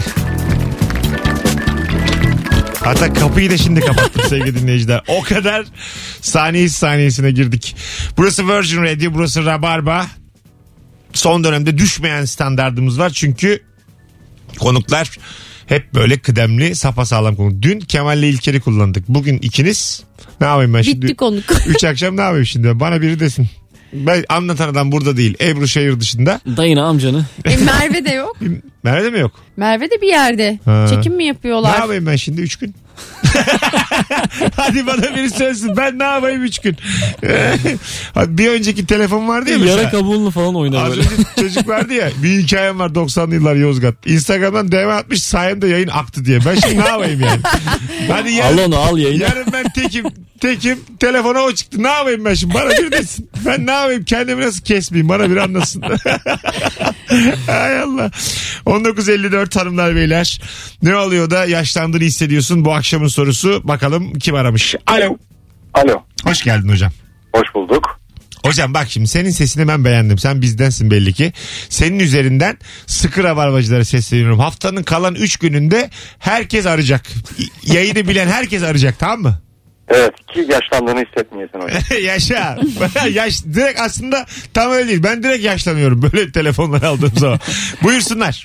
Hatta kapıyı da şimdi kapattım sevgili dinleyiciler. O kadar saniyesine girdik. Burası Virgin Radio, burası Rabarba. Son dönemde düşmeyen standardımız var. Çünkü konuklar hep böyle kıdemli, sapasağlam konuk. Dün Kemal'le İlker'i kullandık. Bugün ikiniz. Ne yapayım ben şimdi? Bitti konuk. 3 akşam ne yapayım şimdi? Bana biri desin. Ben anlatan adam burada değil. Ebru şehir dışında. Dayını amcanı. Merve de yok. Nerede mi yok? Merve de bir yerde. Ha. Çekim mi Ne yapıyorlar? yapayım ben şimdi 3 gün? Hadi bana biri söylesin. Ben ne yapayım 3 gün? Hadi bir önceki telefon vardı ya mesela. Yara kabuğunu falan oynar Az böyle. önce çocuk vardı ya. Bir hikayem var 90'lı yıllar Yozgat. Instagram'dan DM atmış, sayemde yayın aktı diye. Ben şimdi ne yapayım yani? Hadi yarın, Al onu al yayını. yarın ben tekim telefona o çıktı. Ne yapayım ben şimdi? Bana bir desin. Ben ne yapayım? Kendimi nasıl kesmeyeyim? Bana bir anlasın. Hay Allah. 19.54 hanımlar beyler. Ne oluyor da yaşlandığını hissediyorsun? Bu akşamın sorusu. Bakalım kim aramış? Alo. Alo. Hoş geldin hocam. Hoş bulduk. Hocam bak şimdi senin sesini ben beğendim. Sen bizdensin belli ki. Senin üzerinden sıkı rabarbacılara sesleniyorum. Haftanın kalan 3 gününde herkes arayacak. Yayını bilen herkes arayacak, tamam mı? Evet, ki yaşlandığını hissetmiyorsun hocam. Yaşa. Direkt aslında tam öyle değil. Ben direkt yaşlanıyorum böyle telefonlar aldığım zaman. Buyursunlar.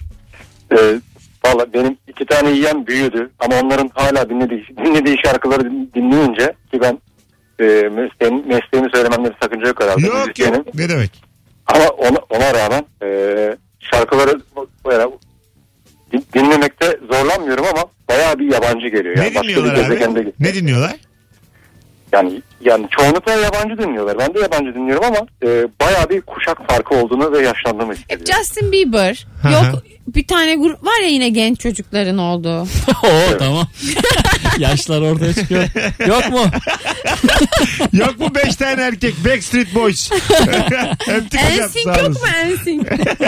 Valla benim 2 tane yeğen büyüdü ama onların hala dinlediği şarkıları dinleyince ki ben mesleğimi söylememde bir sakınca yok herhalde. Yok yok. Ne demek? Ama ona rağmen şarkıları böyle dinlemekte zorlanmıyorum ama bayağı bir yabancı geliyor. Ne Yani dinliyorlar abi? Ne dinliyorlar? Yani çoğunlukla yabancı dinliyorlar. Ben de yabancı dinliyorum ama bayağı bir kuşak farkı olduğunu ve yaşlandığımı hissediyorum. Justin Bieber. Yok bir tane grup var ya yine genç çocukların olduğu. Oo tamam. Yaşlar ortaya çıkıyor. Yok mu? Yok mu 5 tane erkek? Backstreet Boys. Öptük hocam. NSYNC Sağ yok olasın. mu NSYNC?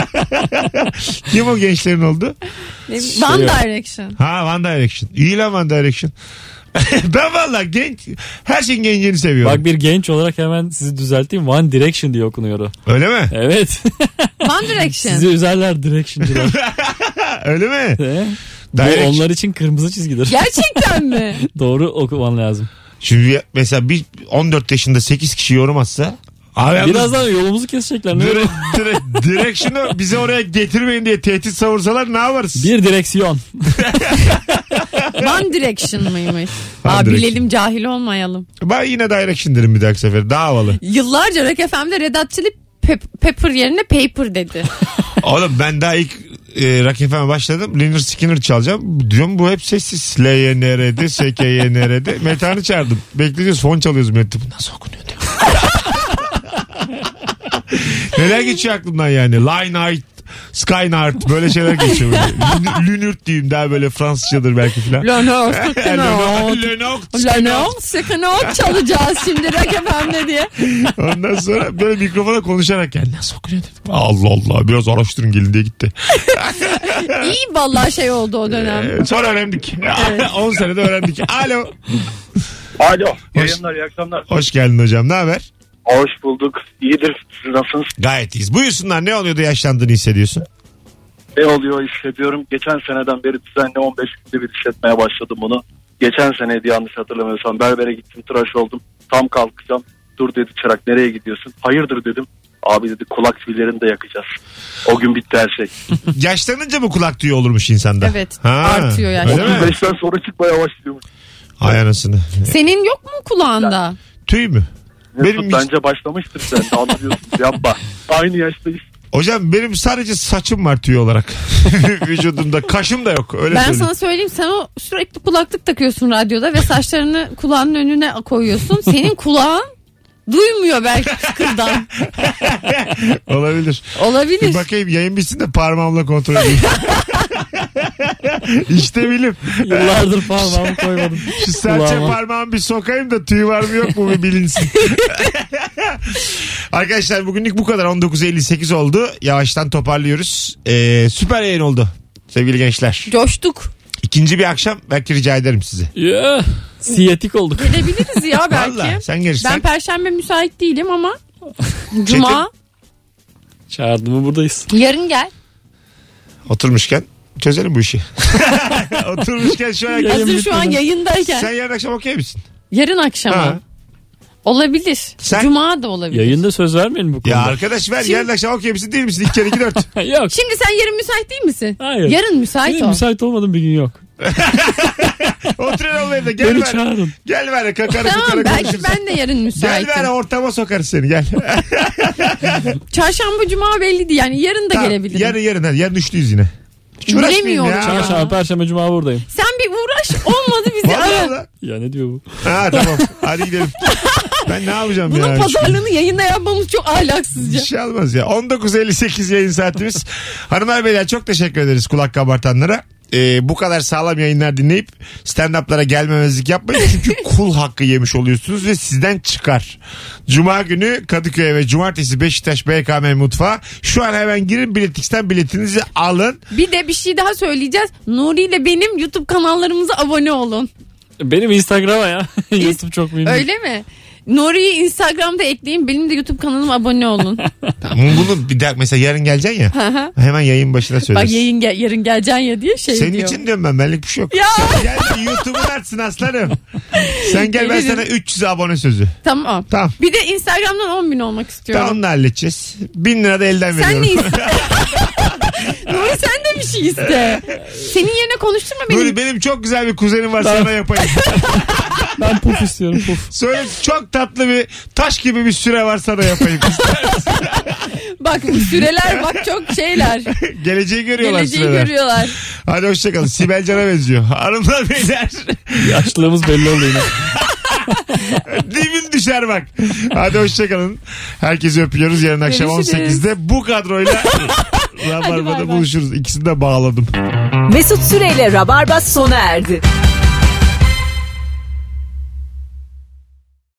Kim o gençlerin oldu? One Direction. Ha, One Direction. İyi lan One Direction. Ben valla her şeyin gencini seviyorum. Bak bir genç olarak hemen sizi düzelteyim. One Direction diye okunuyor o. Öyle mi? Evet. One Direction. Sizi üzerler Direction'cılar. Öyle mi? Bu onlar için kırmızı çizgidir. Gerçekten mi? Doğru okuman lazım. Şimdi mesela bir 14 yaşında 8 kişi yorum atsa abi birazdan yolumuzu kesecekler. Direction'ı bize oraya getirmeyin diye tehdit savursalar ne yaparız? Bir direksiyon. One Direction mıymış? One Bilelim, Direction. cahil olmayalım. Ben yine Direction derim bir dahaki sefer. Daha havalı. Yıllarca Rock FM'de Red Hot Chili Pepper yerine Paper dedi. Oğlum ben daha ilk Rock FM'e başladım. Lynyrd Skynyrd çalacağım. Diyorum bu hep sessiz. S'ye nerede? S'ye nerede? Metan'ı çağırdım. Bekliyoruz, fon çalıyoruz. Metin bu nasıl okunuyor diyor. Neler geçiyor aklımdan yani. Line Night, Skynart böyle şeyler geçiyor. Lünürt diyeyim daha böyle Fransızcadır belki filan. Lenort, Lenort. Skynart çalacağız şimdi Rock FM'de diye. Ondan sonra böyle mikrofona konuşarak gel. Nasıl okunuyor dedim. Allah Allah biraz araştırın gelin diye gitti. İyi vallahi şey oldu o dönem. Sonra öğrendik. 10 senede öğrendik. Alo. Alo. Yayınlar, iyi akşamlar. Hoş geldin hocam. Ne haber? Hoş bulduk. İyidir. Siz nasılsınız? Gayet iyiyiz. Buyursunlar, ne oluyordu yaşlandığını hissediyorsun? Ne oluyor hissediyorum. Geçen seneden beri düzenli 15 günde bir işletmeye başladım bunu. Geçen seneydi yanlış hatırlamıyorsam. Berbere gittim, tıraş oldum. Tam kalkacağım. Dur dedi çırak, nereye gidiyorsun? Hayırdır dedim. Abi dedi kulak tüylerini de yakacağız. O gün bitti her şey. Yaşlanınca mı kulak tüyü olurmuş insanda? Evet. Artıyor yani. 35'ten sonra çıkmaya başlıyormuş. Hay anasını. Senin yok mu kulağında? Tüy mü? Mesut bence başlamıştır sen de anlıyorsun. Yapma. Aynı yaştayız. Hocam benim sadece saçım var tüy olarak. Vücudumda kaşım da yok. Öyle Ben söyleyeyim. sana söyleyeyim, sen o sürekli kulaklık takıyorsun radyoda ve saçlarını kulağının önüne koyuyorsun. Senin kulağın duymuyor belki kırdan. Olabilir. Olabilir. Bir bakayım yayın bitsin de parmağımla kontrol edeyim. İşte bilim. Yıllardır parmağımı koymadım. Şu serçe Kulağıma. parmağımı bir sokayım da tüy var mı yok mu bir bilinsin. Arkadaşlar bugünlük bu kadar. 19.58 oldu. Yavaştan toparlıyoruz. Süper yayın oldu sevgili gençler. Coştuk. İkinci bir akşam belki rica ederim sizi. Yeah. Siyetik olduk. Gelebiliriz ya belki. Vallahi sen gelirsen. Ben perşembe müsait değilim ama cuma Çağırdı mı buradayız. yarın gel. Oturmuşken çözelim bu işi. Oturmuşken şu an. Hazır şu an yayındayken. Sen yarın akşam okey misin? Yarın akşama. Ha. Olabilir. Sen- Cuma da olabilir. Yayında söz vermeyelim bu konuda. Ya arkadaş ver yarın akşam okey misin değil misin? 2 kere 2 4. Yok. Şimdi sen yarın müsait değil misin? Hayır. Yarın müsait Benim ol. müsait olmadığım bir gün yok. Oturalım evde gel Beni ver. çağırın. Gel ver kakara Tamam kukara belki konuşuruz. ben de yarın Gel müsaitim. ver ortama sokarız seni gel. Çarşamba cuma belli değil yani yarın da Tamam, gelebilirim. yarın hadi yarın üçlüyüz yine. Hiç uğraşmayayım Bilemiyorum ya. ya. Çarşamba, perşembe, cuma buradayım. Sen bir uğraş olmadı bizi Vallahi ara. Allah. Ya ne diyor bu? Ha tamam hadi gidelim. Ben ne yapacağım Bunun ya? pazarlığını yayında yapmamız çok ahlaksızca. Bir şey olmaz ya. 19.58 yayın saatimiz. Hanımlar beyler çok teşekkür ederiz kulak kabartanlara. Bu kadar sağlam yayınlar dinleyip stand-up'lara gelmemezlik yapmayın. Çünkü kul hakkı yemiş oluyorsunuz ve sizden çıkar. Cuma günü Kadıköy ve cumartesi Beşiktaş BKM Mutfağı. Şu an hemen girin Biletix'ten biletinizi alın. Bir de bir şey daha söyleyeceğiz. Nuri ile benim YouTube kanallarımıza abone olun. Benim Instagram'a ya. YouTube çok mühim. Öyle mi? Nuri'yi Instagram'da ekleyin. Benim de YouTube kanalıma abone olun. Tamam, bunu bir daha mesela yarın geleceksin ya. Hı hı. Hemen yayın başına Bak söyleriz. yarın geleceksin ya diye şey Senin diyor. için diyorum ben benlik bir şey yok. Ya. Sen gel de YouTube'u açsın aslanım. Sen gel ben Gelirim. sana 300 abone sözü. Tamam. Tamam. Bir de Instagram'dan 10.000 olmak istiyorum. Tamam onu da halledeceğiz. 1000 lira da elden Sen veriyorum. ne iste? Nuri sen de bir şey iste. Senin yerine konuşturma beni. Nuri benim çok güzel bir kuzenim var sana yapayım. Ben puf istiyorum puf. Söyle çok tatlı bir taş gibi bir süre var sana yapayım. Bak süreler bak çok şeyler. Geleceği görüyorlar Geleceği süreler. görüyorlar. Hadi hoşçakalın. Sibel Can'a benziyor. Hanımlar beyler. Yaşlılığımız belli oldu yine. Dibin düşer bak. Hadi hoşçakalın. Herkesi öpüyoruz. Yarın akşam Görüşürüz. 18'de bu kadroyla bay Rabarba'da bay. buluşuruz. İkisini de bağladım. Mesut Süreyle Rabarba sona erdi.